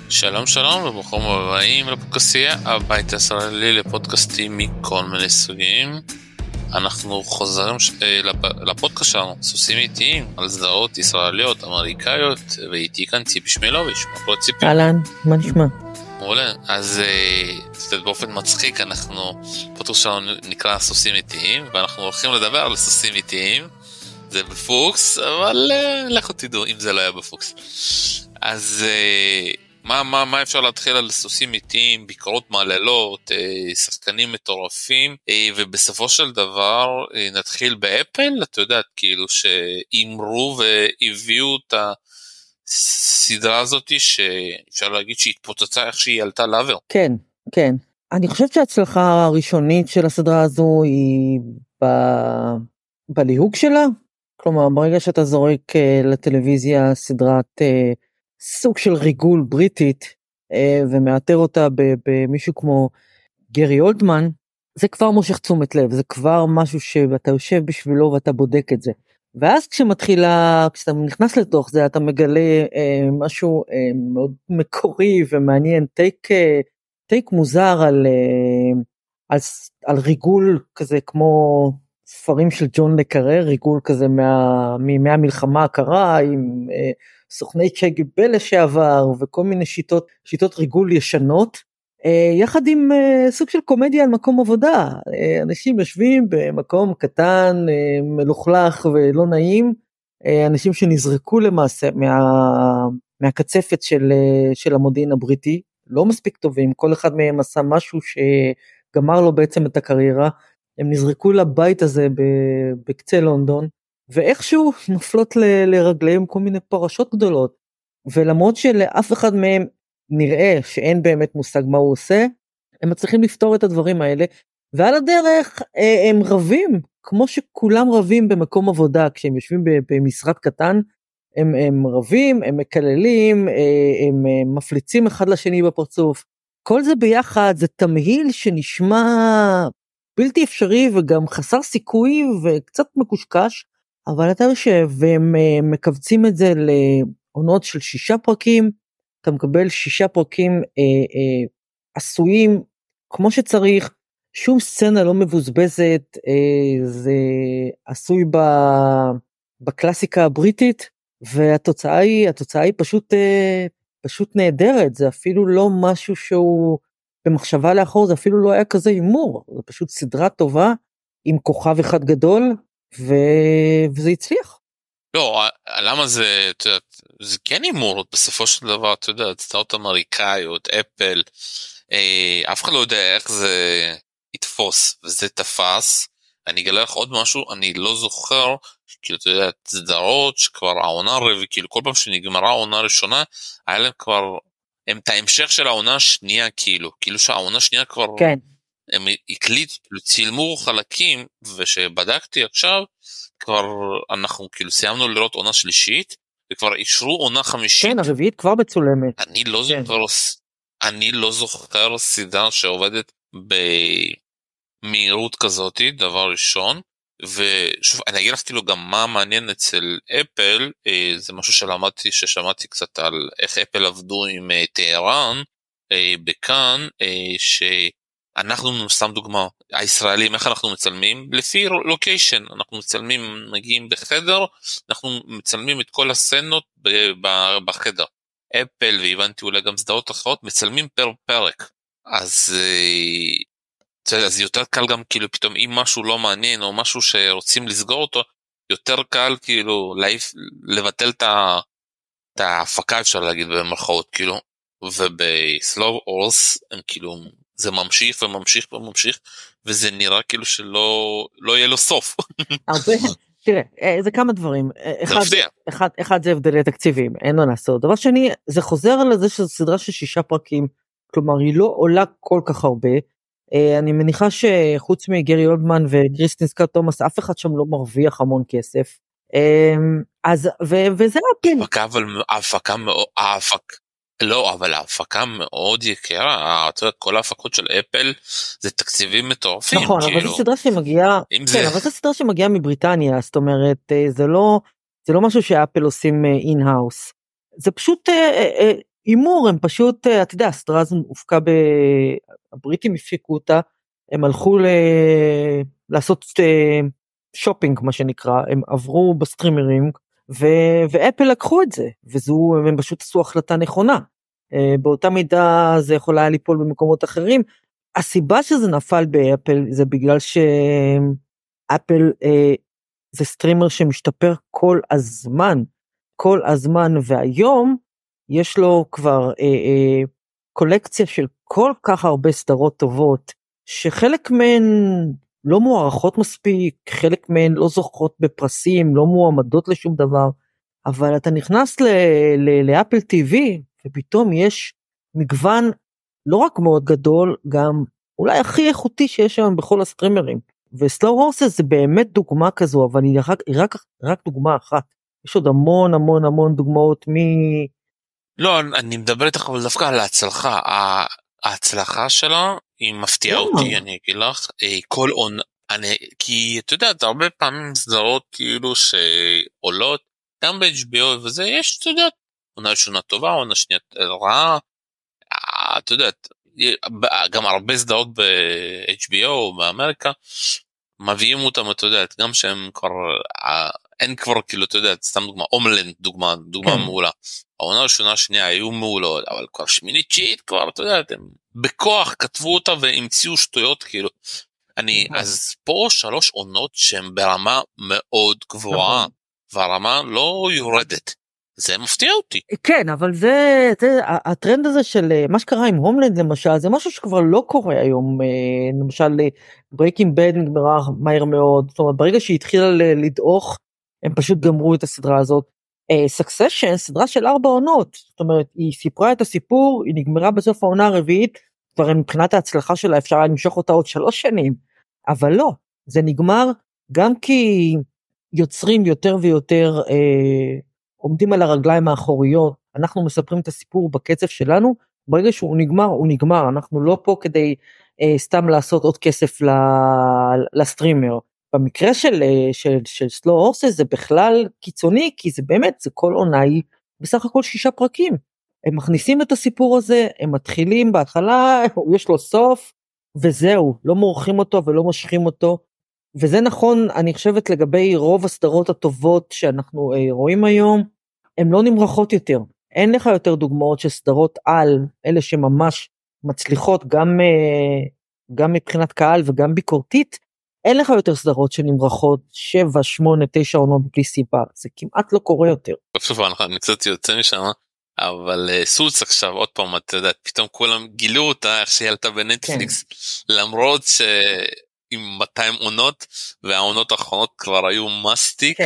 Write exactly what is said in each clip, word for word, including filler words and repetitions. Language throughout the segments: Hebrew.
שלום שלום וברוכים הבאים לפודקאסטייה, הבית הישראלי לפודקאסטים מכל מיני סוגים. אנחנו חוזרים ש... לפודקאסט שלנו, סוסים איטיים על סדרות ישראליות, אמריקאיות, ואיתי כאן ציפי שמילוביץ'. מה קורה ציפי? אהלן, מה נשמע? מעולה. אז באופן מצחיק, אנחנו, הפודקאסט שלנו נקרא סוסים איטיים, ואנחנו הולכים לדבר על סוסים איטיים. זה בפוקס, אבל לכו תדעו אם זה לא היה בפוקס. אז מה, מה, מה אפשר להתחיל על סוסים איטיים, ביקורות מעללות, שחקנים מטורפים, ובסופו של דבר נתחיל באפל, אתה יודעת, כאילו שאימרו והביאו את הסדרה הזאת, שאפשר להגיד שהיא התפוצצה איך שהיא עלתה לעבר. כן, כן. אני חושבת שההצלחה הראשונית של הסדרה הזו היא ב... בליהוק שלה, כלומר ברגע שאתה זורק לטלוויזיה סדרת סוג של ריגול בריטית, ומאתר אותה במישהו כמו גרי אולדמן, זה כבר מושך תשומת לב, זה כבר משהו שאתה יושב בשבילו ואתה בודק את זה. ואז כשמתחילה, כשאתה נכנס לתוך זה, אתה מגלה משהו מאוד מקורי ומעניין, טייק, טייק מוזר על, על, על ריגול כזה כמו ספרים של ג'ון לקרר, ריגול כזה מה, מימי המלחמה הקרה, עם סוכני קג"ב לשעבר, וכל מיני שיטות, שיטות ריגול ישנות, יחד עם סוג של קומדיה על מקום עבודה. אנשים יושבים במקום קטן, מלוכלך ולא נעים, אנשים שנזרקו למעשה מה, מהקצפת של, של המודיעין הבריטי, לא מספיק טובים, כל אחד מהם עשה משהו שגמר לו בעצם את הקריירה, הם נזרקו לבית הזה בקצה לונדון, ואיכשהו נופלות ל, לרגליהם כל מיני פרשות גדולות, ולמרות שלאף אחד מהם נראה שאין באמת מושג מה הוא עושה, הם מצליחים לפתור את הדברים האלה, ועל הדרך הם רבים, כמו שכולם רבים במקום עבודה, כשהם יושבים במשרד קטן, הם, הם רבים, הם מקללים, הם מפליצים אחד לשני בפרצוף, כל זה ביחד זה תמהיל שנשמע בלתי אפשרי וגם חסר סיכוי וקצת מקושקש, אבל אתה יושב והם מקבצים את זה לעונות של שישה פרקים, אתה מקבל שישה פרקים אה, אה, עשויים כמו שצריך, שום סצנה לא מבוזבזת, אה, זה עשוי ב, בקלאסיקה הבריטית, והתוצאה היא, התוצאה היא פשוט, אה, פשוט נהדרת, זה אפילו לא משהו שהוא במחשבה לאחור, זה אפילו לא היה כזה אימור, זה פשוט סדרה טובה, עם כוכב אחד גדול, ו... וזה הצליח. לא, למה זה, אתה יודע, זה כן אימור, בסופו של דבר, אתה יודע, סדרות אמריקאיות, אפל, אה, אף אחד לא יודע איך זה יתפוס, וזה תפס. אני אגלה לך עוד משהו, אני לא זוכר, כאילו, אתה יודע, סדרות שכבר העונה הרביעית, כאילו, כל פעם שנגמרה העונה הראשונה, היה להם כבר, הם את ההמשך של העונה השנייה, כאילו, כאילו שהעונה השנייה כבר, כן. הם הקליטו, צילמו חלקים, ושבדקתי עכשיו, כבר אנחנו כאילו סיימנו לראות עונה שלישית, וכבר אישרו עונה חמישית. כן, הרביעית כבר מצולמת. אני לא כן. זוכר, אני לא זוכר סדרה שעובדת במהירות כזאת, דבר ראשון, ושוב, אני אגיד לך כאילו גם מה מעניין אצל אפל, זה משהו שלמדתי, ששמעתי קצת על איך אפל עבדו עם טהרן, בכאן, ש... אנחנו, סתם דוגמה, הישראלים, איך אנחנו מצלמים? לפי לוקיישן, אנחנו מצלמים, מגיעים בחדר, אנחנו מצלמים את כל הסצנות בחדר. אפל, והבנתי אולי גם סדרות אחרות, מצלמים פר פרק. אז, אז יותר קל גם, כאילו, פתאום אם משהו לא מעניין, או משהו שרוצים לסגור אותו, יותר קל, כאילו, לבטל את ההפקה, אפשר להגיד, במרכאות, כאילו, ובסלואו אורס, הם כאילו, זה ממשיך וממשיך וממשיך, וזה נראה כאילו שלא לא יהיה לו סוף. הרבה, תראה, זה כמה דברים. אחד, אחד, אחד זה הבדלי תקציבים, אין מה לעשות. דבר שני, זה חוזר לזה שזו סדרה של שישה פרקים, כלומר היא לא עולה כל כך הרבה, אני מניחה שחוץ מגרי אולדמן וקריסטין סקוט תומאס, אף אחד שם לא מרוויח המון כסף, אז, ו, וזה הפין. ההפקה, אבל ההפקה מאוד, ההפק, לא, אבל ההפקה מאוד יקרה, כל ההפקות של אפל זה תקציבים מטורפים. נכון, אבל זו סדרה שמגיעה, כן, אבל זו סדרה שמגיעה מבריטניה, זאת אומרת, זה לא, זה לא משהו שאפל עושים אין-האוס, זה פשוט אימור, הם פשוט, אתה יודע, הסדרה הזו הופקה, הבריטים הפיקו אותה, הם הלכו ל... לעשות שופינג, מה שנקרא, הם עברו בסטרימרים, ו... ואפל לקחו את זה, וזו, הם פשוט עשו החלטה נכונה, באותה מידה זה יכול היה ליפול במקומות אחרים, הסיבה שזה נפל באפל, זה בגלל שאפל זה סטרימר שמשתפר כל הזמן, כל הזמן, והיום יש לו כבר אה, אה, קולקציה של כל כך הרבה סדרות טובות, שחלק מהן לא מוערכות מספיק, חלק מהן לא זוכות בפרסים, לא מועמדות לשום דבר, אבל אתה נכנס ל- ל- לאפל טי וי, ופתאום יש מגוון לא רק מאוד גדול, גם אולי הכי איכותי שיש היום בכל הסטרימרים, וסלואו הורסס זה באמת דוגמה כזו, אבל היא רק, היא רק, רק דוגמה אחת, יש עוד המון המון המון דוגמאות מ... לא, אני מדבר איתך אבל דווקא על ההצלחה, ההצלחה שלה היא מפתיעה אותי, אני אגיד לך, כל עונה, כי אתה יודע, הרבה פעמים סדרות כאילו שעולות, גם ב-אייץ' בי או וזה, יש, אתה יודע, עונה ראשונה טובה, עונה שנייה רעה, אתה יודע, גם הרבה סדרות ב-אייץ' בי או באמריקה, מביאים אותם, אתה יודע, גם שהם כבר, אין כבר כאילו, אתה יודע, סתם דוגמה, הומלנד, דוגמה, דוגמה מעולה. העונה הראשונה השנייה היו מעולות, אבל כבר שמינית תשיעית כבר, אתה יודע, הם בכוח כתבו אותה והמציאו שטויות, כאילו. אני, אז פה שלוש עונות שהן ברמה מאוד גבוהה, והרמה לא יורדת. זה מפתיע אותי. כן, אבל זה, זה, הטרנד הזה של מה שקרה עם הומלנד למשל, זה משהו שכבר לא קורה היום, למשל, ברייקינג בד נגמרה מהר מאוד, זאת אומרת, ברגע שהיא התחילה לדעוך, הם פשוט גמרו את הסדרה הזאת. סקסשן, סדרה של ארבע עונות, זאת אומרת, היא סיפרה את הסיפור, היא נגמרה בסוף העונה הרביעית, כבר מבחינת ההצלחה שלה אפשר היה למשוך אותה עוד שלוש שנים, אבל לא, זה נגמר גם כי יוצרים יותר ויותר אה, עומדים על הרגליים האחוריות, אנחנו מספרים את הסיפור בקצב שלנו, ברגע שהוא נגמר, הוא נגמר, אנחנו לא פה כדי אה, סתם לעשות עוד כסף לסטרימר, במקרה של, של, של סלואו הורסס זה בכלל קיצוני, כי זה באמת, זה כל עונה היא בסך הכל שישה פרקים, הם מכניסים את הסיפור הזה, הם מתחילים בהתחלה, יש לו סוף, וזהו, לא מורחים אותו ולא מושכים אותו, וזה נכון, אני חושבת לגבי רוב הסדרות הטובות שאנחנו אה, רואים היום, הן לא נמרחות יותר, אין לך יותר דוגמאות של סדרות על, אלה שממש מצליחות גם, אה, גם מבחינת קהל וגם ביקורתית, אין לך יותר סדרות שנמרחות שבע, שמונה, תשע עונות בלי סיבה, זה כמעט לא קורה יותר. שוב, אני קצת יוצא משם, אבל סוץ עכשיו, עוד פעם, אתה יודע, פתאום כולם גילו אותה, איך שהיא עלתה בנטפליקס, למרות שעם מאתיים עונות, והעונות האחרונות כבר היו מסטיק,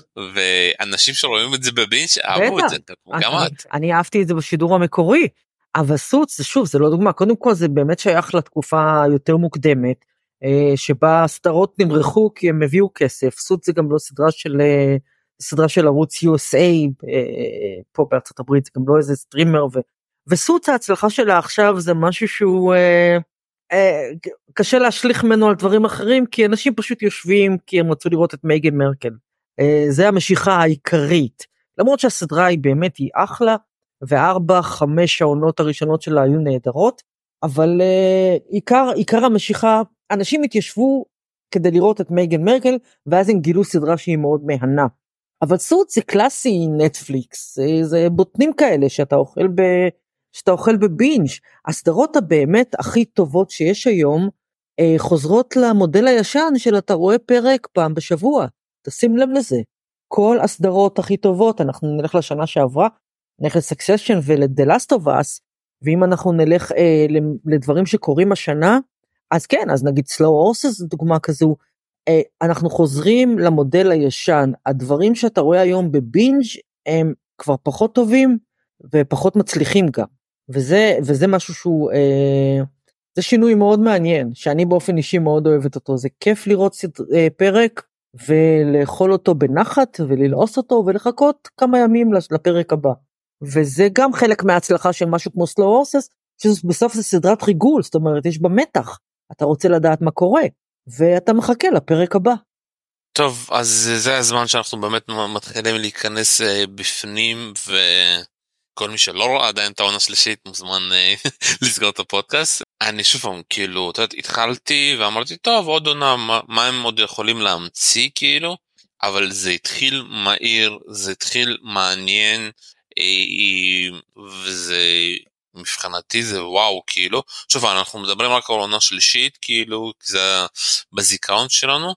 ואנשים שרואים את זה בבינץ' אהבו את זה, גם את. אני אהבתי את זה בשידור המקורי, אבל סוץ, שוב, זה לא דוגמה, קודם כל זה באמת שייך לתקופה יותר מוקדמת, שבה סדרות נמרחו כי הם הביאו כסף, סוץ זה גם לא סדרה של, סדרה של ערוץ יו אס איי, פה בארצות הברית, זה גם לא איזה סטרימר, ו, וסוץ ההצלחה שלה עכשיו זה משהו שהוא אה, אה, קשה להשליך ממנו על דברים אחרים, כי אנשים פשוט יושבים, כי הם רצו לראות את מייגן מרקל, אה, זה המשיכה העיקרית, למרות שהסדרה היא באמת היא אחלה, וארבע, חמש העונות הראשונות שלה היו נהדרות, אבל אה, עיקר, עיקר המשיכה, אנשים התיישבו כדי לראות את מייגן מרקל, ואז הם גילו סדרה שהיא מאוד מהנה. אבל סוץ זה קלאסי נטפליקס, זה, זה בוטנים כאלה שאתה אוכל, ב, שאתה אוכל בבינג'. הסדרות הבאמת הכי טובות שיש היום, אה, חוזרות למודל הישן של אתה רואה פרק פעם בשבוע, תשים לב לזה. כל הסדרות הכי טובות, אנחנו נלך לשנה שעברה, נלך לסקסשן ול-The Last of Us, ואם אנחנו נלך אה, לדברים שקורים השנה, אז כן, אז נגיד סלואו הורסס זו דוגמה כזו, אה, אנחנו חוזרים למודל הישן, הדברים שאתה רואה היום בבינג' הם כבר פחות טובים, ופחות מצליחים גם, וזה, וזה משהו שהוא, אה, זה שינוי מאוד מעניין, שאני באופן אישי מאוד אוהבת אותו, זה כיף לראות סד, אה, פרק, ולאכול אותו בנחת, וללעוס אותו, ולחכות כמה ימים לפרק הבא, וזה גם חלק מההצלחה של משהו כמו סלואו הורסס, שבסוף זה סדרת ריגול, זאת אומרת, יש בה מתח, אתה רוצה לדעת מה קורה, ואתה מחכה לפרק הבא. טוב, אז זה הזמן שאנחנו באמת מתחילים להיכנס בפנים, כל מי שלא רואה עדיין את העונה שלישית מוזמן לסגור את הפודקאסט. אני שוב פעם, כאילו, אתה יודע, התחלתי ואמרתי, טוב, עוד עונה, מה, מה הם עוד יכולים להמציא, כאילו, אבל זה התחיל מהיר, זה התחיל מעניין, וזה, מבחינתי זה וואו, כאילו, שוב, אנחנו מדברים רק על עונה שלישית, כאילו, זה בזיכרון שלנו,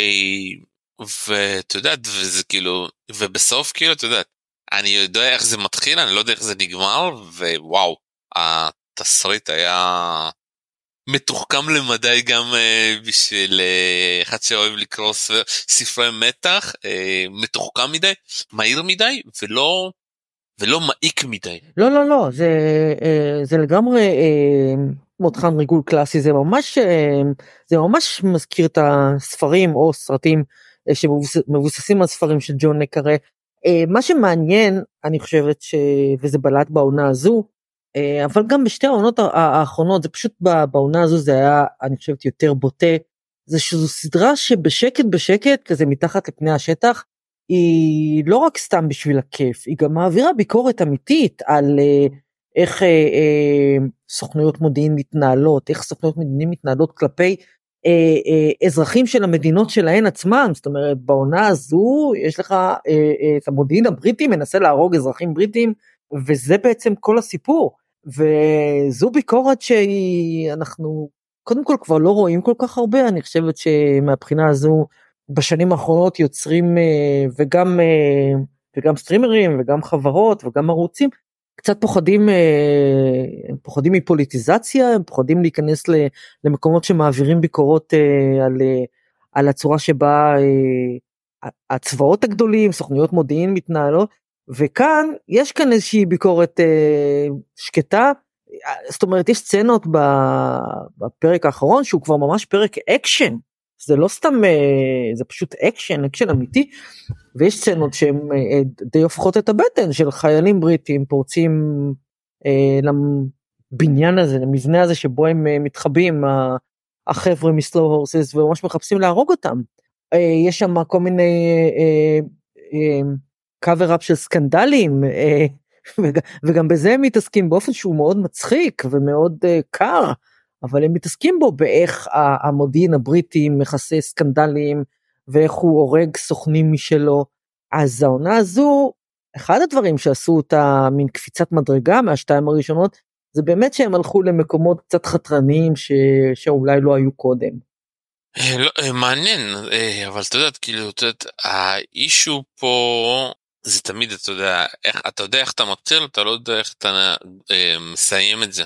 ואתה יודע, וזה כאילו, ובסוף, כאילו, אתה יודע, אני יודע איך זה מתחיל, אני לא יודע איך זה נגמר, ווואו, התסריט היה מתוחכם למדי גם uh, בשביל uh, אחד שאוהב לקרוא ספרי מתח, uh, מתוחכם מדי, מהיר מדי, ולא, ולא מעיק מדי. לא, לא, לא, זה, זה לגמרי מותחן ריגול קלאסי, זה ממש, זה ממש מזכיר את הספרים או סרטים שמבוססים על ספרים של ג'ון le Carré. מה שמעניין, אני חושבת, ש... וזה בלט בעונה הזו, אבל גם בשתי העונות האחרונות, זה פשוט בעונה הזו זה היה, אני חושבת, יותר בוטה, זה שזו סדרה שבשקט בשקט, כזה מתחת לפני השטח, היא לא רק סתם בשביל הכיף, היא גם מעבירה ביקורת אמיתית על איך סוכנויות מודיעין מתנהלות, איך סוכנויות מודיעין מתנהלות כלפי אזרחים של המדינות שלהן עצמם. זאת אומרת, בעונה הזו יש לך את המודיעין הבריטי מנסה להרוג אזרחים בריטים, וזה בעצם כל הסיפור, וזו ביקורת שאנחנו קודם כל כבר לא רואים כל כך הרבה. אני חושבת שמהבחינה הזו בשנים האחרונות יוצרים וגם, וגם סטרימרים וגם חברות וגם ערוצים קצת פוחדים, הם פוחדים מפוליטיזציה, הם פוחדים להיכנס למקומות שמעבירים ביקורות על, על הצורה שבה הצבאות הגדולים, סוכנויות מודיעין מתנהלות, וכאן יש כאן איזושהי ביקורת שקטה. זאת אומרת, יש סצנות בפרק האחרון שהוא כבר ממש פרק אקשן, זה לא סתם, זה פשוט אקשן, אקשן אמיתי, ויש סצנות שהן די הופכות את הבטן, של חיילים בריטים פורצים לבניין הזה, למבנה הזה שבו הם מתחבאים, החבר'ה מסלו הורסס, וממש מחפשים להרוג אותם. יש שם כל מיני קאבר-אפ של סקנדלים, וגם בזה הם מתעסקים באופן שהוא מאוד מצחיק ומאוד קר, אבל הם מתעסקים בו באיך המודיעין הבריטי מכסה סקנדלים, ואיך הוא הורג סוכנים משלו. אז העונה הזו, אחד הדברים שעשו אותה מין קפיצת מדרגה מהשתיים הראשונות, זה באמת שהם הלכו למקומות קצת חתרניים ש... שאולי לא היו קודם. מעניין, אבל אתה יודעת, כאילו, אתה יודעת, האישו פה, זה תמיד, אתה יודע, איך, אתה יודע איך אתה מתחיל, אתה לא יודע איך אתה מסיים את זה.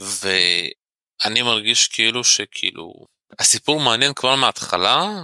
ואני מרגיש כאילו שכאילו, הסיפור מעניין כבר מההתחלה,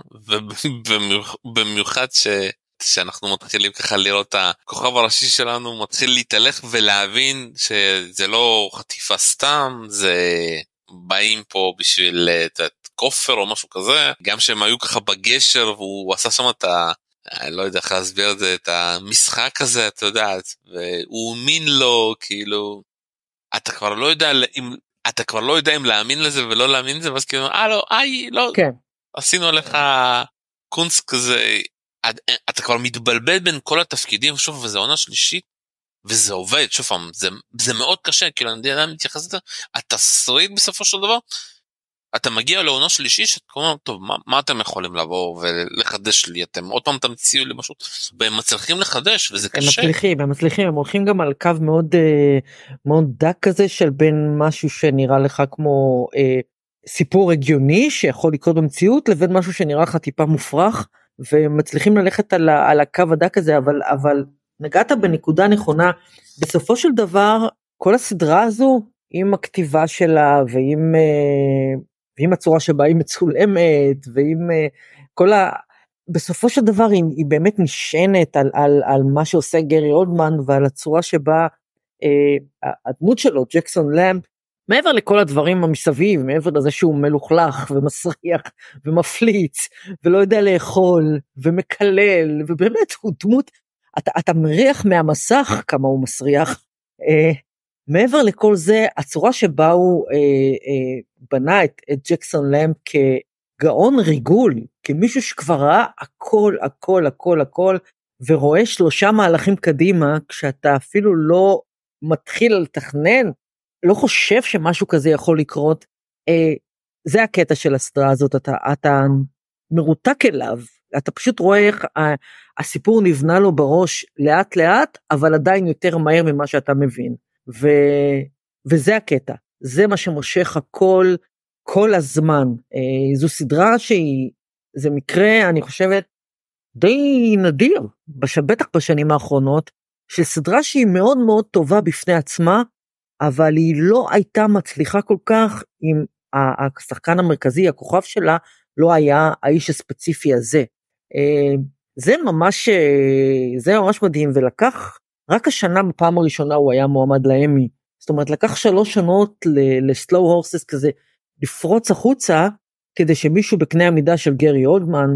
ובמיוחד ש... שאנחנו מתחילים ככה לראות הכוכב הראשי שלנו מתחיל להתהלך ולהבין שזה לא חטיפה סתם, זה באים פה בשביל את כופר או משהו כזה, גם שהם היו ככה בגשר והוא עשה שם את ה... אני לא יודע איך להסביר את זה, את המשחק הזה, אתה יודעת, והוא מין לו, כאילו, אתה כבר לא יודע אם, אתה כבר לא יודע אם להאמין לזה ולא להאמין לזה, ואז כאילו, אה לא, איי, לא, כן. עשינו לך קונץ כזה, אתה כבר מתבלבל בין כל התפקידים, שוב, וזה עונה שלישית, וזה עובד, שוב, זה, זה מאוד קשה, כאילו, אני יודע, מתייחס לזה, התסריט בסופו של דבר, אתה מגיע לעונה שלישית, שאתה אומר, טוב, מה, מה אתם יכולים לבוא ולחדש לי? אתם עוד פעם תמציאו לי משהו, והם מצליחים לחדש, וזה הם קשה. מצליחים, הם מצליחים, הם הולכים גם על קו מאוד, מאוד דק כזה, של בין משהו שנראה לך כמו אה, סיפור הגיוני, שיכול לקרות במציאות, לבין משהו שנראה לך טיפה מופרך, והם מצליחים ללכת על, על הקו הדק הזה, אבל, אבל נגעת בנקודה נכונה, בסופו של דבר, כל הסדרה הזו, עם הכתיבה שלה, ועם... אה, ועם הצורה שבה היא מצולמת, ועם כל ה... בסופו של דבר היא, היא באמת נשענת על, על, על מה שעושה גרי אולדמן, ועל הצורה שבה אה, הדמות שלו, ג'קסון למפ, מעבר לכל הדברים המסביב, מעבר לזה שהוא מלוכלך ומסריח ומפליץ, ולא יודע לאכול ומקלל, ובאמת הוא דמות, אתה, אתה מריח מהמסך כמה הוא מסריח, אה, מעבר לכל זה, הצורה שבה הוא אה, אה, בנה את, את ג'קסון למפ כגאון ריגול, כמישהו שכבר ראה הכל, הכל, הכל, הכל, ורואה שלושה מהלכים קדימה, כשאתה אפילו לא מתחיל לתכנן, לא חושב שמשהו כזה יכול לקרות, אה, זה הקטע של הסדרה הזאת, אתה, אתה מרותק אליו, אתה פשוט רואה איך הסיפור נבנה לו בראש לאט לאט, אבל עדיין יותר מהר ממה שאתה מבין, ו, וזה הקטע, זה מה שמושך הכל, כל הזמן, אה, זו סדרה שהיא, זה מקרה, אני חושבת, די נדיר, בטח בשנים האחרונות, של סדרה שהיא מאוד מאוד טובה בפני עצמה, אבל היא לא הייתה מצליחה כל כך, אם השחקן המרכזי, הכוכב שלה, לא היה האיש הספציפי הזה. זה ממש, זה ממש מדהים, ולקח, רק השנה בפעם הראשונה הוא היה מועמד לאמי, זאת אומרת, לקח שלוש שנות לסלואו הורסס כזה, לפרוץ החוצה, כדי שמישהו בקנה המידה של גרי אולדמן,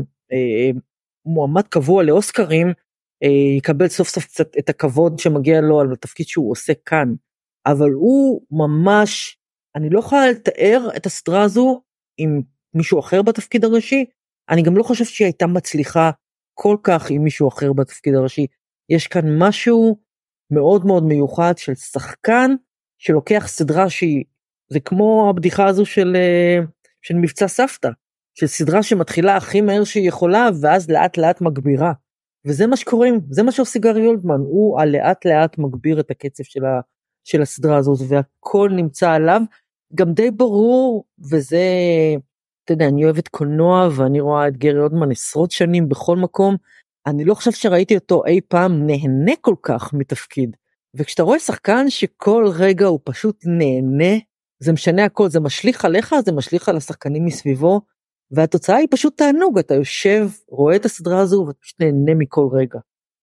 מועמד קבוע לאוסקרים, יקבל סוף סוף קצת את הכבוד שמגיע לו על התפקיד שהוא עושה כאן, אבל הוא ממש, אני לא יכולה לתאר את הסדרה הזו עם מישהו אחר בתפקיד הראשי, אני גם לא חושב שהיא הייתה מצליחה כל כך עם מישהו אחר בתפקיד הראשי, יש כאן משהו מאוד מאוד מיוחד של שחקן, שלוקח סדרה שהיא, זה כמו הבדיחה הזו של, של מבצע סבתא, של סדרה שמתחילה הכי מהר שהיא יכולה, ואז לאט לאט מגבירה, וזה מה שקוראים, זה מה שעושה גרי אולדמן, הוא לאט לאט מגביר את הקצב של, ה, של הסדרה הזאת, והכל נמצא עליו, גם די ברור, וזה, אתה יודע, אני אוהבת קולנוע, ואני רואה את גרי אולדמן עשרות שנים בכל מקום, אני לא חושב שראיתי אותו אי פעם נהנה כל כך מתפקיד, וכשאתה רואה שחקן שכל רגע הוא פשוט נהנה, זה משנה הכל, זה משליך עליך, זה משליך על השחקנים מסביבו, והתוצאה היא פשוט תענוג, אתה יושב, רואה את הסדרה הזו, ואתה פשוט נהנה מכל רגע.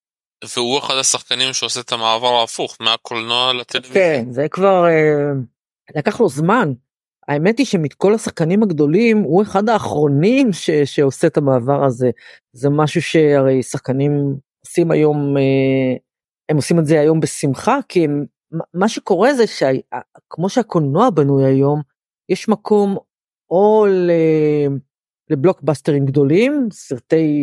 והוא אחד השחקנים שעושה את המעבר ההפוך, מהקולנוע לטלוויזיה. כן, זה כבר, אה, לקח לו זמן, האמת היא שמכל השחקנים הגדולים, הוא אחד האחרונים ש, שעושה את המעבר הזה, זה משהו שהרי שחקנים עושים היום, אה, הם עושים את זה היום בשמחה, כי הם, מה שקורה זה שכמו שהקולנוע בנוי היום, יש מקום או ל... לבלוקבאסטרים גדולים, סרטי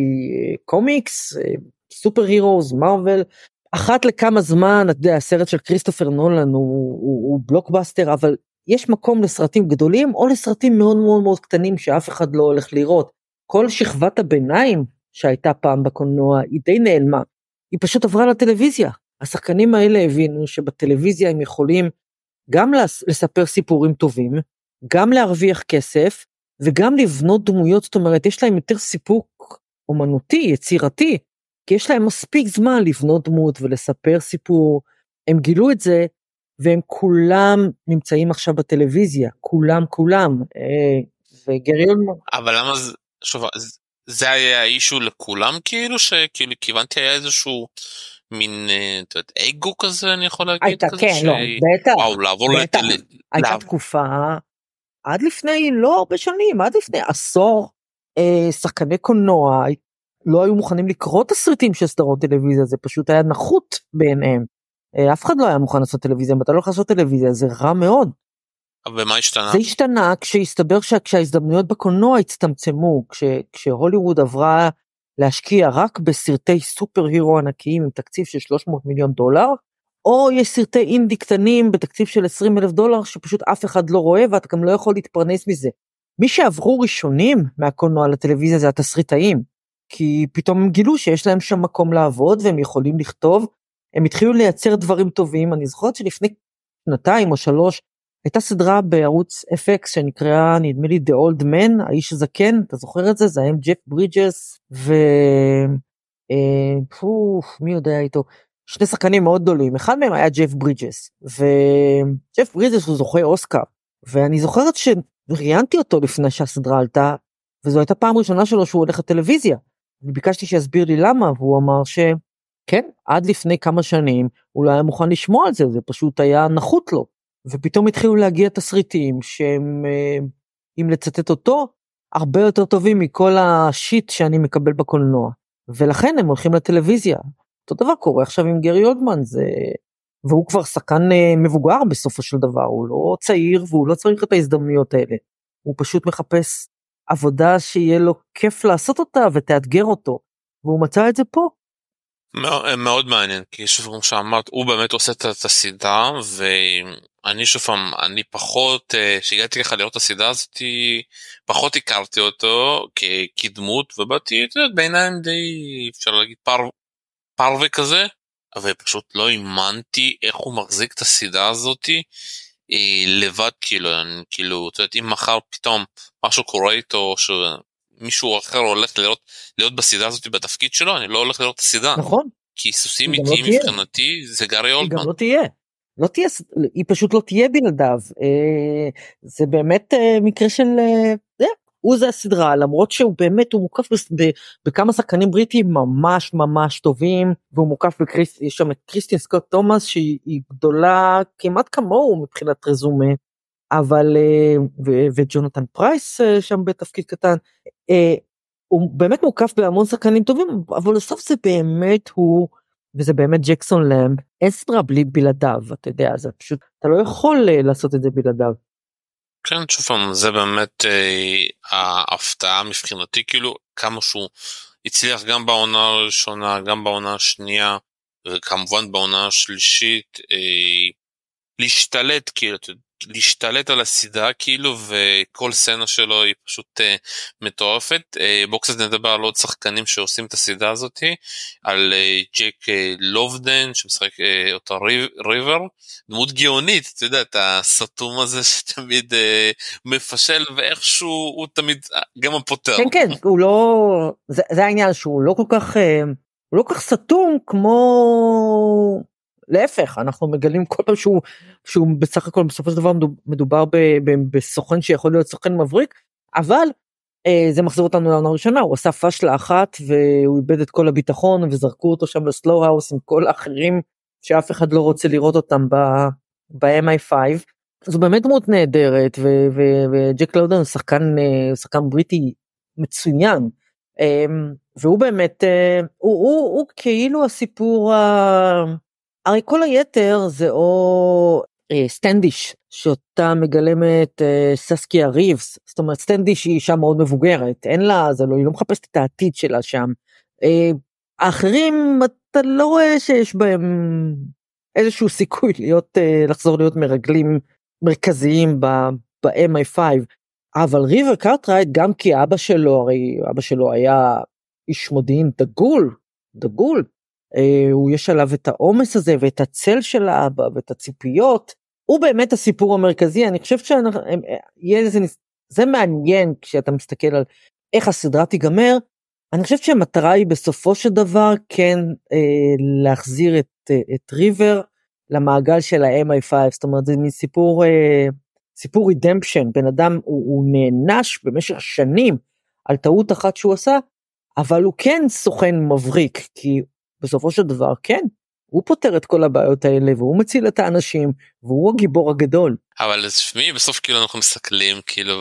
קומיקס, סופר הירוז, מרוול, אחת לכמה זמן, אתה יודע, הסרט של כריסטופר נולן הוא, הוא, הוא בלוקבאסטר, אבל יש מקום לסרטים גדולים, או לסרטים מאוד מאוד מאוד קטנים, שאף אחד לא הולך לראות. כל שכבת הביניים שהייתה פעם בקולנוע, היא די נעלמה, היא פשוט עברה לטלוויזיה. השחקנים האלה הבינו שבטלוויזיה הם יכולים גם לספר סיפורים טובים, גם להרוויח כסף, וגם לבנות דמויות, זאת אומרת, יש להם יותר סיפוק אומנותי, יצירתי, כי יש להם מספיק זמן לבנות דמות ולספר סיפור, הם גילו את זה, והם כולם נמצאים עכשיו בטלוויזיה, כולם, כולם, וגרי אולדמן. אבל למה זה, שוב, זה היה האישו לכולם כאילו, שכאילו כיוונתי היה איזשהו מין, אתה יודע, אגו כזה, אני יכול להגיד הייתה, כזה? כן, ש... לא, בטח, וואו, לעבור בטח, לטל... הייתה לעבור. תקופה, עד לפני לא הרבה שנים, עד לפני עשור, אה, שחקני קולנוע לא היו מוכנים לקרוא תסריטים של סדרות טלוויזיה, זה פשוט היה נחות בעיניהם. אה, אף אחד לא היה מוכן לעשות טלוויזיה, אם אתה לא יכול לעשות טלוויזיה, זה רע מאוד. אבל מה השתנה? זה השתנה כשהסתבר כשההזדמנויות בקולנוע הצטמצמו, כש, כשהוליווד עברה להשקיע רק בסרטי סופר הירו ענקיים עם תקציב של שלוש מאות מיליון דולר, או יש סרטי אינדי קטנים בתקציב של עשרים אלף דולר שפשוט אף אחד לא רואה ואתה גם לא יכול להתפרנס מזה. מי שעברו ראשונים מהקולנוע לטלוויזיה זה התסריטאים, כי פתאום הם גילו שיש להם שם מקום לעבוד והם יכולים לכתוב, הם התחילו לייצר דברים טובים. אני זוכרת שלפני שנתיים או שלוש הייתה סדרה בערוץ אף אקס שנקראה נדמה לי The Old Man, האיש הזקן, אתה זוכר את זה? זה היה עם ג'ף ברידג'ס ו... אה, פוף, מי יודע איתו? שני שחקנים מאוד גדולים, אחד מהם היה ג'ף ברידג'ס, וג'ף ברידג'ס הוא זוכה אוסקר, ואני זוכרת שראיינתי אותו לפני שהסדרה עלתה, וזו הייתה פעם ראשונה שלו שהוא הולך לטלוויזיה, וביקשתי שיסביר לי למה, והוא אמר שכן, עד לפני כמה שנים, הוא לא היה מוכן לשמוע על זה, זה פשוט היה נחות לו, ופתאום התחילו להגיע תסריטים, שהם, אם לצטט אותו, הרבה יותר טובים מכל השיט שאני מקבל בקולנוע, ולכן הם הולכים לטלוויזיה, אותו דבר קורה עכשיו עם גרי אולדמן, זה... והוא כבר שחקן מבוגר בסופו של דבר, הוא לא צעיר והוא לא צריך את ההזדמנויות האלה, הוא פשוט מחפש עבודה שיהיה לו כיף לעשות אותה ותאתגר אותו, והוא מצא את זה פה. מאוד מעניין, כי שוב כמו שאמרת, הוא באמת עושה את הסדרה, ואני שוב פעם, אני פחות, שהגעתי לך לראות את הסדרה הזאת, פחות הכרתי אותו כדמות, ובאתי, אתה יודע, בעיניים די, אפשר להגיד, פרווה כזה, אבל פשוט לא האמנתי איך הוא מחזיק את הסדרה הזאת, לבד כאילו, כאילו, אתה יודע, אם מחר פתאום משהו קורה איתו, מישהו אחר הולך לראות, להיות בסדרה הזאת בתפקיד שלו, אני לא הולך לראות את הסדרה. נכון. כי סוסים איטיים מבחינתי זה גארי אולדמן. היא גם לא תהיה. לא תהיה, היא פשוט לא תהיה בלעדיו. אה, זה באמת אה, מקרה של, אה, זה, הוא זה הסדרה, למרות שהוא באמת, הוא מוקף ב, ב, בכמה שחקנים בריטיים ממש ממש טובים, והוא מוקף בקריס, יש שם את קריסטין סקוט תומאס, שהיא גדולה כמעט כמוהו מבחינת רזומה, אבל, אה, ו, וג'ונתן פרייס אה, שם בתפקיד קטן, אה, הוא באמת מוקף בהמון שחקנים טובים, אבל בסוף זה באמת הוא, וזה באמת ג'קסון למב, אין סדרה בלי בלעדיו, אתה יודע, זה פשוט, אתה לא יכול uh, לעשות את זה בלעדיו. כן, שוב פעם, זה באמת אה, ההפתעה מבחינתי, כאילו, כמה שהוא הצליח גם בעונה הראשונה, גם בעונה השנייה, וכמובן בעונה השלישית, אה, להשתלט, כאילו, להשתלט על הסדרה כאילו, וכל סצנה שלו היא פשוט uh, מטורפת. uh, בואו קצת נדבר על עוד שחקנים שעושים את הסדרה הזאת, על uh, ג'ק uh, לובדן שמשחק uh, אותה ריבר, דמות גאונית, אתה יודע, את הסתום הזה שתמיד uh, מפשל, ואיכשהו הוא תמיד uh, גם הפותר. כן כן, הוא לא, זה, זה העניין שהוא לא כל כך, uh, הוא לא כל כך סתום כמו... להפך, אנחנו מגלים כל פעם שהוא, שהוא בסך הכל בסופו של דבר מדובר ב, ב, בסוכן שיכול להיות סוכן מבריק, אבל אה, זה מחזיר אותנו לעונה הראשונה, הוא עשה פשלה אחת והוא איבד את כל הביטחון וזרקו אותו שם לסלואו האוס עם כל האחרים שאף אחד לא רוצה לראות אותם ב-אם איי פייב, זו באמת דמות נהדרת, וג'ק לאודן הוא שחקן, אה, שחקן בריטי מצוין, אה, והוא באמת, אה, הוא, הוא, הוא כאילו הסיפור ה... הרי כל היתר זה או אה, סטנדיש, שאותה מגלמת אה, ססקיה ריבס, זאת אומרת סטנדיש היא אישה מאוד מבוגרת, אין לה, זה לא, היא לא מחפשת את העתיד שלה שם. אה, האחרים, אתה לא רואה שיש בהם איזשהו סיכוי להיות, אה, לחזור להיות מרגלים מרכזיים ב-אם איי פייב, אבל ריבר קרטרייט, גם כי אבא שלו, הרי אבא שלו היה איש מודיעין דגול, דגול, הוא יש עליו את העומס הזה ואת הצל של האבא ואת הציפיות, הוא באמת הסיפור המרכזי. אני חושב שזה מעניין כשאתה מסתכל על איך הסדרה תיגמר, אני חושב שהמטרה היא בסופו של דבר כן אה, להחזיר את, את ריבר למעגל של ה-אם איי פייב, זאת אומרת זה מסיפור אה, סיפור רידמפשן, בן אדם הוא, הוא נענש במשך שנים על טעות אחת שהוא עשה, אבל הוא כן סוכן מבריק, כי בסופו של דבר, כן, הוא פותר את כל הבעיות האלה, והוא מציל את האנשים, והוא הגיבור הגדול. אבל שמי, בסוף כאילו אנחנו מסתכלים, כאילו,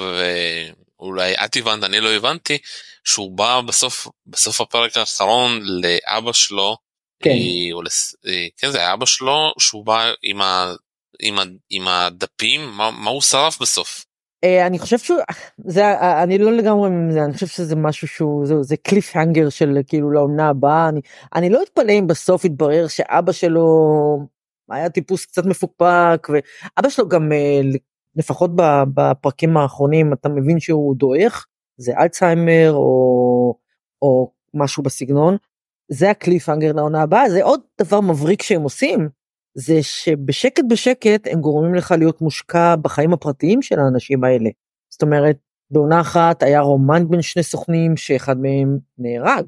ואולי את הבנת, אני לא הבנתי, שהוא בא בסוף, בסוף הפרק האחרון לאבא שלו, כן. אה, לס... אה, כן, זה היה אבא שלו, שהוא בא עם, ה... עם, ה... עם הדפים, מה, מה הוא שרף בסוף? אני חושב שהוא, זה, אני לא לגמרי עם זה, אני חושב שזה משהו שהוא, זה, זה קליף הנגר של כאילו לעונה הבאה, אני, אני לא אתפלא אם בסוף יתברר שאבא שלו היה טיפוס קצת מפוקפק, ואבא שלו גם, לפחות בפרקים האחרונים, אתה מבין שהוא דועך, זה אלצהיימר או, או משהו בסגנון, זה הקליף הנגר לעונה הבאה, זה עוד דבר מבריק שהם עושים, זה שבשקט בשקט הם גורמים לך להיות מושקע בחיים הפרטיים של האנשים האלה. זאת אומרת, בעונה אחת היה רומן בין שני סוכנים שאחד מהם נהרג,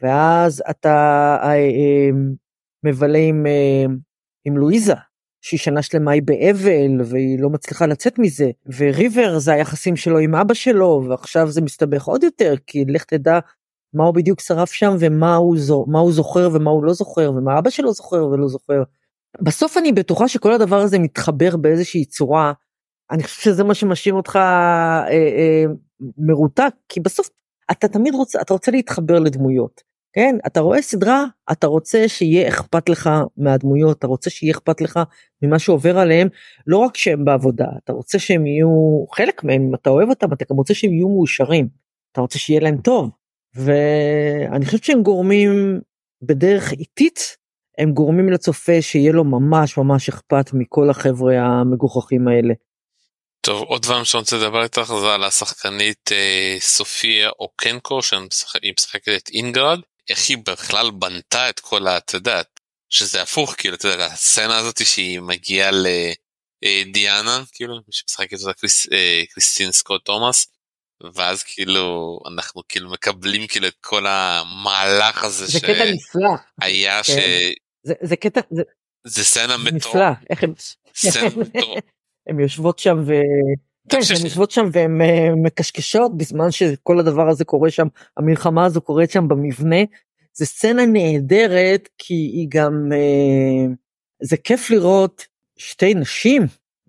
ואז אתה אה, אה, מבלה עם, אה, עם לואיזה, שהיא שנה שלמה היא באבל, והיא לא מצליחה לצאת מזה, וריבר זה היחסים שלו עם אבא שלו, ועכשיו זה מסתבך עוד יותר, כי לך תדע מה הוא בדיוק שרף שם, ומה הוא, מה הוא זוכר ומה הוא לא זוכר, ומה אבא שלו זוכר ולא זוכר. בסוף אני בטוחה שכל הדבר הזה מתחבר באיזושהי צורה, אני חושב שזה מה שמשאיר אותך אה, אה, מרותק, כי בסוף אתה תמיד רוצה, אתה רוצה להתחבר לדמויות, כן? אתה רואה סדרה, אתה רוצה שיהיה אכפת לך מהדמויות, אתה רוצה שיהיה אכפת לך ממה שעובר עליהם, לא רק שהם בעבודה, אתה רוצה שהם יהיו חלק מהם, אם אתה אוהב אותם, אתה גם רוצה שהם יהיו מאושרים, אתה רוצה שיהיה להם טוב, ואני חושב שהם גורמים בדרך איטית, הם גורמים לצופה שיהיה לו ממש ממש אכפת מכל החבר'ה המגוחכים האלה. טוב, עוד דברים שאני רוצה לדבר איתך זה על השחקנית אה, סופיה אוקנקו, שהיא משחקת את אינגרד, איך היא בכלל בנתה את כל התדעת, שזה הפוך, כאילו, אתה יודע, הסצנה הזאת שהיא מגיעה לדיאנה, כאילו, שמשחקת אותה קריס, אה, קריסטין סקוט תומאס, ואז כאילו, אנחנו כאילו מקבלים כאילו את כל המהלך הזה זה ש... קטע נפלא. היה כן. ש... זה, זה קטע, זה, זה סצנה מטור. נפלא, איך הם... סצנה מטור. הם יושבות שם ו... כן, הן יושבות שם והן מקשקשות בזמן שכל הדבר הזה קורה שם, המלחמה הזו קורית שם במבנה, זה סצנה נהדרת, כי היא גם, זה כיף לראות שתי נשים,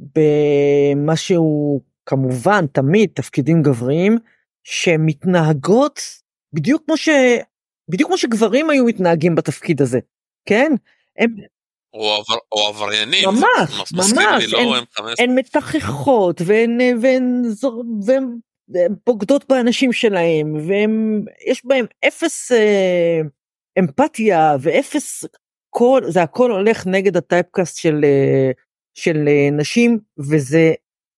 במשהו כמובן תמיד תפקידים גבריים, שמתנהגות בדיוק כמו ש... בדיוק כמו שגברים היו מתנהגים בתפקיד הזה, כן? הם... או עבריינים, ממש, ממש, הן מתחכות, והן בוגדות באנשים שלהם, ויש בהם אפס אמפתיה, ואפס, זה הכל הולך נגד הטייפקאסט של נשים, וזה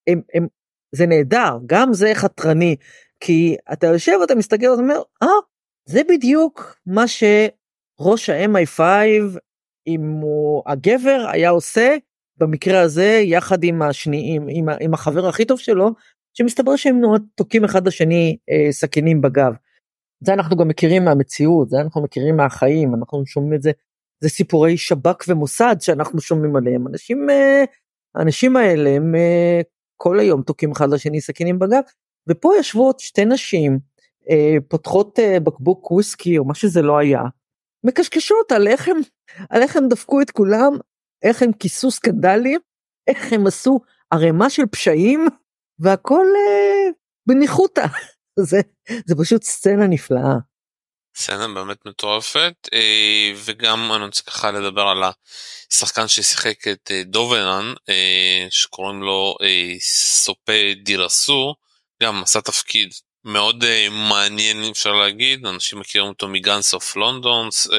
נהדר, גם זה חתרני, כי אתה יושב ואתה מסתכל ואתה אומר, אה, זה בדיוק מה שראש ה-אם איי פייב, אם הוא, הגבר היה עושה, במקרה הזה, יחד עם השניים, עם, עם החבר הכי טוב שלו, שמסתבר שהם נורא תוקים אחד לשני אה, סכינים בגב. זה אנחנו גם מכירים מהמציאות, זה אנחנו מכירים מהחיים, אנחנו שומעים את זה, זה סיפורי שב"כ ומוסד שאנחנו שומעים עליהם, אנשים, אה, האנשים האלה הם אה, כל היום תוקים אחד לשני סכינים בגב, ופה יושבות שתי נשים, אה, פותחות אה, בקבוק וויסקי או מה שזה לא היה, מקשקשות על איך הם, על איך הם דפקו את כולם, איך הם כיסו סקנדלים, איך הם עשו ערימה של פשעים, והכל אה, בניחותה. זה, זה פשוט סצנה נפלאה. סצנה באמת מטורפת, אה, וגם אני רוצה ככה לדבר על השחקן ששיחק את אה, דוברן, אה, שקוראים לו אה, סופה דירסו, גם עשה תפקיד מאוד uh, מעניין אפשר להגיד, אנשים מכירים אותו מגאנס אוף לונדון, uh,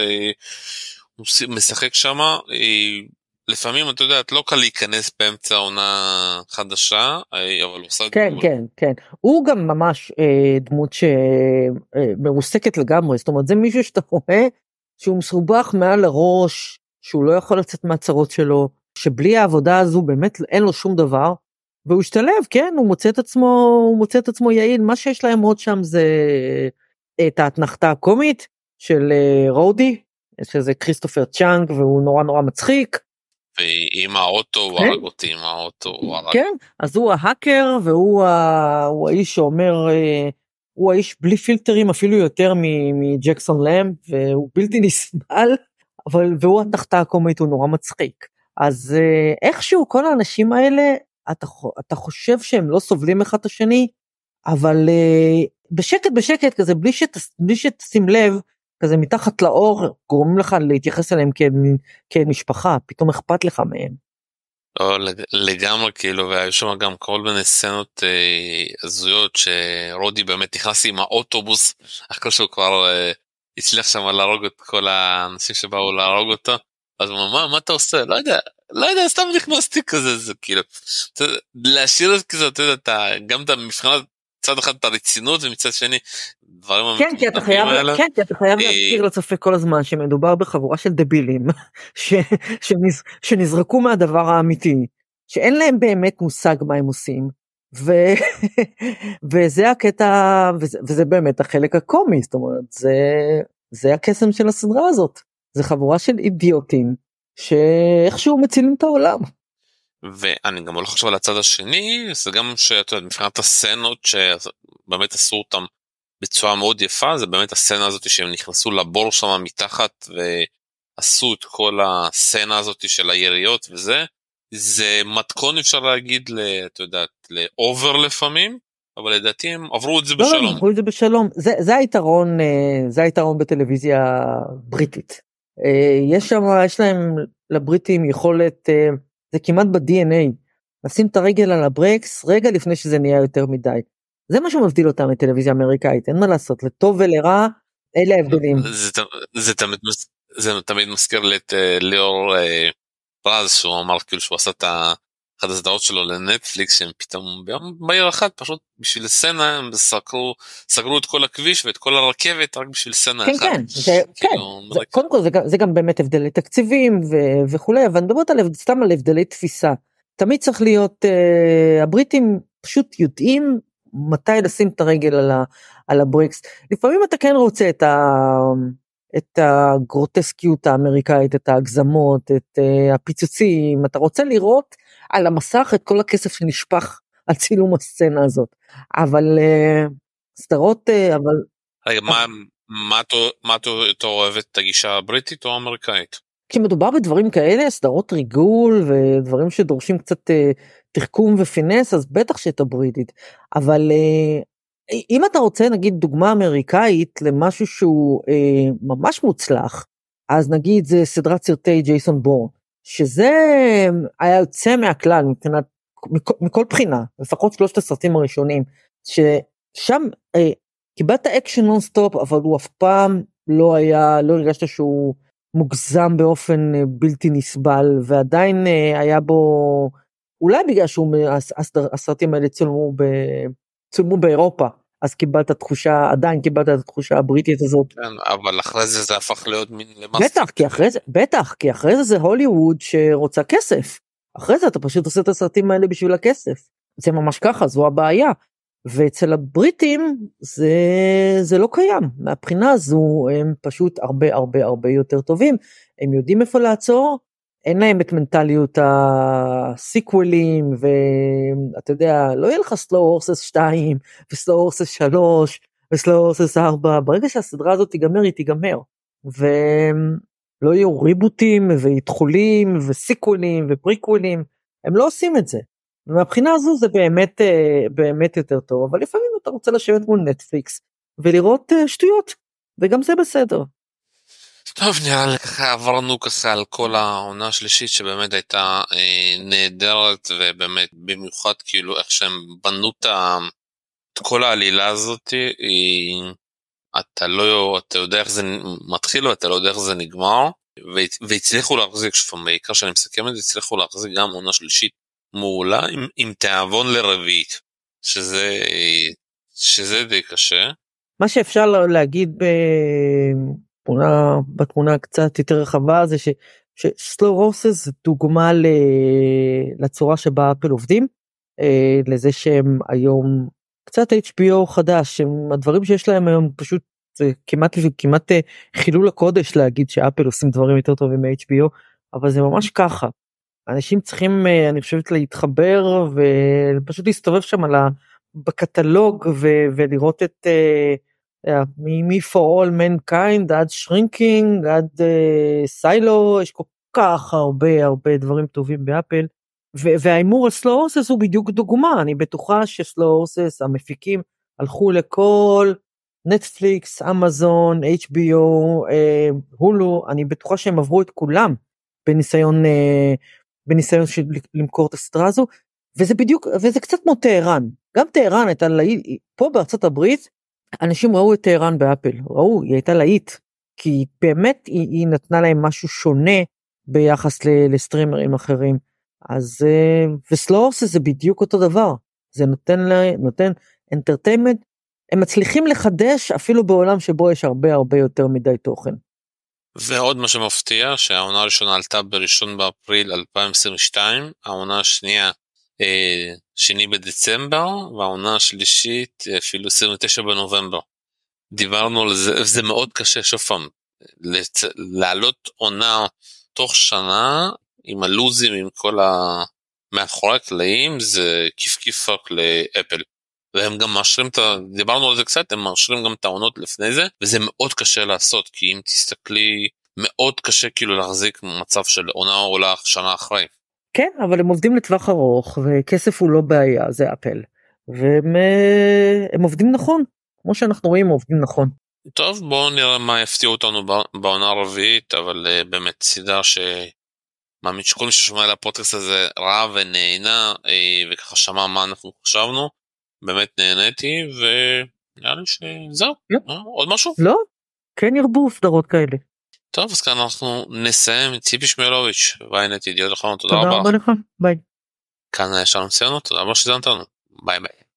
הוא משחק שם, uh, לפעמים אתה יודע, לא קל להיכנס באמצע עונה חדשה, uh, אבל הוא עושה... כן, כן, כן, הוא גם ממש uh, דמות שמרוסקת uh, לגמרי, זאת אומרת זה מישהו שאתה רואה, שהוא מסובך מעל הראש, שהוא לא יכול לצאת מהצרות שלו, שבלי העבודה הזו באמת אין לו שום דבר, והוא השתלב, כן, הוא מוצא את עצמו, הוא מוצא את עצמו יעיל, מה שיש להם עוד שם זה את ההתנחתה הקומית של רודי, שזה כריסטופר צ'אנג, והוא נורא נורא מצחיק. ועם האוטו, הוא הרג אותי עם האוטו, הוא הרג. כן, אז הוא ההאקר, והוא הוא האיש שאומר, הוא האיש בלי פילטרים, אפילו יותר מג'קסון למב, והוא בלתי נסבל, אבל, והוא ההתנחתה הקומית, הוא נורא מצחיק. אז איכשהו כל האנשים האלה, אתה, אתה חושב שהם לא סובלים אחד את השני, אבל uh, בשקט בשקט כזה, בלי, שת, בלי שתשים לב, כזה מתחת לאור, גורמים לך להתייחס אליהם כאל, כאל משפחה, פתאום אכפת לך מהם. לא, לגמרי כאילו, והיו שם גם כל מיני סצנות אה, הזויות, שרודי באמת נכנס עם האוטובוס, אחרי שהוא כבר אה, הצליח שם להרוג את כל האנשים שבאו להרוג אותו, אז הוא אומר, מה, מה אתה עושה? לא יודע, לא יודע, סתם נכנסתי כזה, זה כאילו, להשאיר את כזה, אתה יודע, אתה, גם אתה מבחינת צד אחד את הרצינות, ומצד שני, דברים כן, כי אתה חייב, כן, כי אתה חייב להזכיר לצופה כל הזמן, שמדובר בחבורה של דבילים, שנזרקו מהדבר האמיתי, שאין להם באמת מושג מה הם עושים, וזה הקטע, וזה באמת החלק הקומי, זאת אומרת, זה הקסם של הסדרה הזאת, זה חבורה של אידיוטים, שאיכשהו מצילים את העולם. ואני גם הולך עכשיו על הצד השני, זה גם שאתה יודע, מבחינת הסצנות שבאמת עשו אותם בצורה מאוד יפה, זה באמת הסצנה הזאת שהם נכנסו לבור שם מתחת ועשו את כל הסצנה הזאת של היריות וזה, זה מתכון אפשר להגיד, אתה יודעת, לאובר לפעמים, אבל לדעתי הם עברו את זה לא, בשלום. לא, עברו את זה בשלום, זה, זה היתרון, זה היתרון בטלוויזיה בריטית. יש שם, יש להם לבריטים יכולת, זה כמעט ב-די אן איי, לשים את הרגל על הברקס רגע לפני שזה נהיה יותר מדי. זה מה שמבדיל אותם מטלוויזיה אמריקאית, אין מה לעשות, לטוב ולרע, אלה ההבדלים. זה, זה, תמיד, זה תמיד מזכיר לי את ליאור רז, שהוא אמר כאילו שהוא עשה את אחת הסדרות שלו לנטפליקס, שהם פתאום ביום בהיר אחד פשוט בשביל סצנה הם סגרו, סגרו את כל הכביש ואת כל הרכבת רק בשביל סצנה כן, אחת. כן, זה, כן. זה, קודם כל זה, זה גם באמת הבדלי תקציבים ו- וכולי, אבל נדברת על, סתם על הבדלי תפיסה. תמיד צריך להיות, uh, הבריטים פשוט יודעים מתי לשים את הרגל על, ה- על הבריקס. לפעמים אתה כן רוצה את ה... את הגרוטסקיות האמריקאית, את ההגזמות, את uh, הפיצוצים, אתה רוצה לראות על המסך את כל הכסף שנשפך על צילום הסצנה הזאת, אבל uh, סדרות, uh, אבל... רגע, מה, מה, מה אתה אוהבת, את הגישה הבריטית או האמריקאית? כשמדובר בדברים כאלה, סדרות ריגול ודברים שדורשים קצת uh, תחכום ופינס, אז בטח שאת הבריטית, אבל... Uh, אם אתה רוצה נגיד דוגמה אמריקאית למשהו שהוא אה, ממש מוצלח, אז נגיד זה סדרת סרטי ג'ייסון בורן, שזה היה יוצא מהכלל מבחינת, מכל, מכל בחינה, לפחות שלושת הסרטים הראשונים, ששם אה, קיבלת אקשן נון סטופ, אבל הוא אף פעם לא היה, לא הרגשת שהוא מוגזם באופן אה, בלתי נסבל, ועדיין אה, היה בו, אולי בגלל שהוא, הסרטים האלה צולמו ב... צולמו באירופה, אז קיבלת תחושה, עדיין קיבלת את התחושה הבריטית הזאת. כן, אבל אחרי זה זה הפך להיות מין למסטיק. בטח, כי אחרי זה, בטח, כי אחרי זה זה הוליווד שרוצה כסף. אחרי זה אתה פשוט עושה את הסרטים האלה בשביל הכסף. זה ממש ככה, זו הבעיה. ואצל הבריטים זה, זה לא קיים. מהבחינה הזו הם פשוט הרבה הרבה הרבה יותר טובים. הם יודעים איפה לעצור, אין להם את מנטליות הסיקוולים, ואתה יודע, לא יהיה לך סלו הורסס שתיים, וסלו הורסס שלוש, וסלו הורסס ארבע, ברגע שהסדרה הזאת תיגמר, היא תיגמר, ולא יהיו ריבוטים, והתחולים, וסיקוולים, ופריקוולים, הם לא עושים את זה, ומהבחינה הזו זה באמת, באמת יותר טוב, אבל לפעמים אתה רוצה לשבת מול נטפליקס, ולראות שטויות, וגם זה בסדר. טוב, נראה לי ככה עברנו ככה על כל העונה השלישית שבאמת הייתה אה, נהדרת, ובאמת במיוחד כאילו איך שהם בנו את, את כל העלילה הזאת, אה, אתה לא, אתה יודע איך זה מתחיל ואתה לא יודע איך זה נגמר, והצליחו להחזיק, שפעם בעיקר שאני מסכם את זה, הצליחו להחזיק גם עונה שלישית מעולה עם, עם תיאבון לרביעית, שזה, שזה די קשה. מה שאפשר להגיד ב... תמונה, בתמונה קצת יותר רחבה, זה שסלו הורסס זה דוגמה ל, לצורה שבה אפל עובדים, אה, לזה שהם היום קצת אייץ' בי או חדש, הם, הדברים שיש להם היום פשוט, זה כמעט, כמעט חילול הקודש להגיד שאפל עושים דברים יותר טובים מ-אייץ' בי או, אבל זה ממש ככה. אנשים צריכים, אני חושבת, להתחבר ופשוט להסתובב שם על ה, בקטלוג ו, ולראות את... מ-For All Mankind עד Shrinking עד סיילו, יש כל כך הרבה הרבה דברים טובים באפל, והאימור על סלו הורסס הוא בדיוק דוגמה. אני בטוחה שסלו הורסס המפיקים הלכו לכל נטפליקס, אמזון, אייץ' בי או, הולו, אני בטוחה שהם עברו את כולם בניסיון בניסיון של למכור את הסדרה הזו, וזה בדיוק, וזה קצת כמו טהרן, גם טהרן הייתה פה בארצות הברית, אנשים ראו את טהרן באפל, ראו, היא הייתה להיט, כי באמת היא, היא נתנה להם משהו שונה ביחס לסטרימרים אחרים, אז, וסלו הורסס זה בדיוק אותו דבר, זה נותן, נותן entertainment, הם מצליחים לחדש אפילו בעולם שבו יש הרבה הרבה יותר מדי תוכן. ועוד מה שמפתיע, שהעונה הראשונה עלתה בראשון באפריל אלפיים עשרים ושתיים, העונה השנייה אה, שני בדצמבר, והעונה השלישית אפילו עשרים ותשע בנובמבר. דיברנו על זה, זה מאוד קשה, שוב פעם, לצ... לעלות עונה תוך שנה, עם הלוזים, עם כל ה... מאחורי הקלעים, זה כיף כיף רק לאפל. והם גם מאשרים את ה... דיברנו על זה קצת, הם מאשרים גם את העונות לפני זה, וזה מאוד קשה לעשות, כי אם תסתכלי, מאוד קשה כאילו להחזיק מצב של עונה עולה שנה אחרי. כן, אבל הם עובדים לטווח ארוך, וכסף הוא לא בעיה, זה אפל. והם הם עובדים נכון, כמו שאנחנו רואים, הם עובדים נכון. טוב, בואו נראה מה יפתיע אותנו בעונה הרביעית, אבל uh, באמת סדרה ש... מאמין שכל מי ששומע על הפודקאסט הזה ראה ונהנה, uh, וככה שמע מה אנחנו חשבנו, באמת נהניתי, ונראה לי שזהו. לא. אה, עוד משהו? לא, כן ירבו סדרות כאלה. טוב, אז כאן אנחנו נסיים את ציפי שמילוביץ', ויינט ידיעות אחרונות, תודה תודה רבה. רבה לך, ביי. כאן היה שלום ציונות, תודה רבה שזמנתנו, ביי ביי.